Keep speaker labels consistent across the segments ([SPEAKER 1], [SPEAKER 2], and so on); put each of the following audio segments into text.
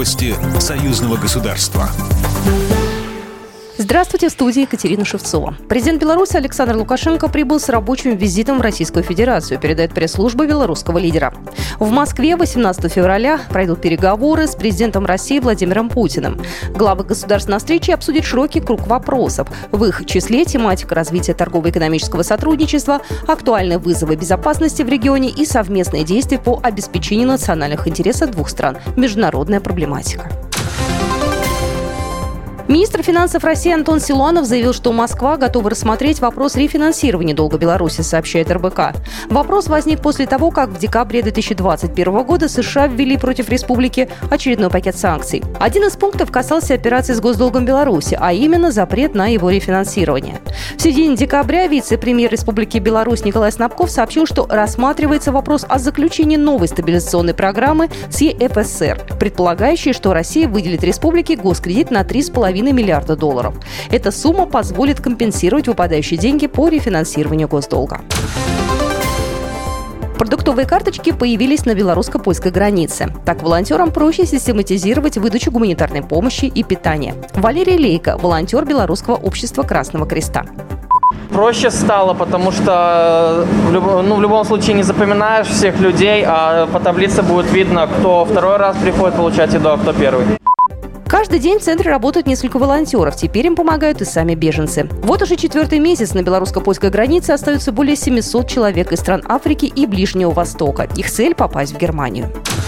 [SPEAKER 1] Новости союзного государства.
[SPEAKER 2] Здравствуйте, в студии Екатерина Шевцова. Президент Беларуси Александр Лукашенко прибыл с рабочим визитом в Российскую Федерацию, передает пресс-служба белорусского лидера. В Москве 18 февраля пройдут переговоры с президентом России Владимиром Путиным. Главы государств на встрече обсудят широкий круг вопросов. В их числе тематика развития торгово-экономического сотрудничества, актуальные вызовы безопасности в регионе и совместные действия по обеспечению национальных интересов двух стран. Международная проблематика. Министр финансов России Антон Силуанов заявил, что Москва готова рассмотреть вопрос рефинансирования долга Беларуси, сообщает РБК. Вопрос возник после того, как в декабре 2021 года США ввели против республики очередной пакет санкций. Один из пунктов касался операций с госдолгом Беларуси, а именно запрет на его рефинансирование. В середине декабря вице-премьер Республики Беларусь Николай Снабков сообщил, что рассматривается вопрос о заключении новой стабилизационной программы с ЕФСР, предполагающей, что Россия выделит республике госкредит на $3,5 миллиарда долларов. Эта сумма позволит компенсировать выпадающие деньги по рефинансированию госдолга. Продуктовые карточки появились на белорусско-польской границе. Так волонтерам проще систематизировать выдачу гуманитарной помощи и питания. Валерий Лейко, волонтер Белорусского общества Красного Креста.
[SPEAKER 3] Проще стало, потому что в любом случае не запоминаешь всех людей, а по таблице будет видно, кто второй раз приходит получать еду, а кто первый.
[SPEAKER 2] Каждый день в центре работают несколько волонтеров. Теперь им помогают и сами беженцы. Вот уже 4-й месяц на белорусско-польской границе остаются более 700 человек из стран Африки и Ближнего Востока. Их цель – попасть в Германию.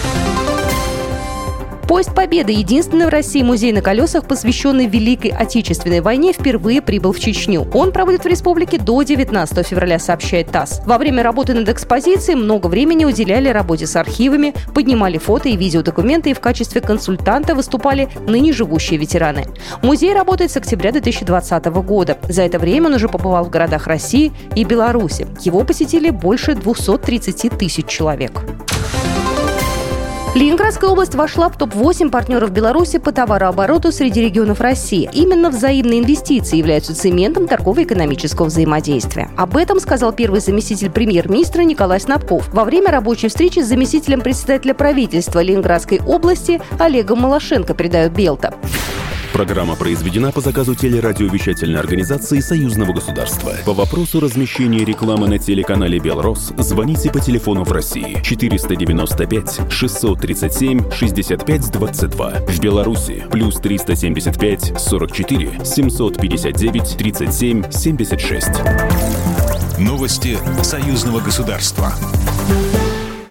[SPEAKER 2] Поезд «Победы», единственный в России музей на колесах, посвященный Великой Отечественной войне, впервые прибыл в Чечню. Он проводит в республике до 19 февраля, сообщает ТАСС. Во время работы над экспозицией много времени уделяли работе с архивами, поднимали фото и видеодокументы, и в качестве консультанта выступали ныне живущие ветераны. Музей работает с октября 2020 года. За это время он уже побывал в городах России и Беларуси. Его посетили больше 230 тысяч человек. Ленинградская область вошла в топ-8 партнеров Беларуси по товарообороту среди регионов России. Именно взаимные инвестиции являются цементом торгово-экономического взаимодействия. Об этом сказал первый заместитель премьер-министра Николай Снабков во время рабочей встречи с заместителем председателя правительства Ленинградской области Олегом Малашенко, передает Белта.
[SPEAKER 4] Программа произведена по заказу телерадиовещательной организации Союзного государства. По вопросу размещения рекламы на телеканале «Белрос» звоните по телефону в России 495 637 65 22. В Беларуси плюс 375 44 759 37 76.
[SPEAKER 1] Новости союзного государства.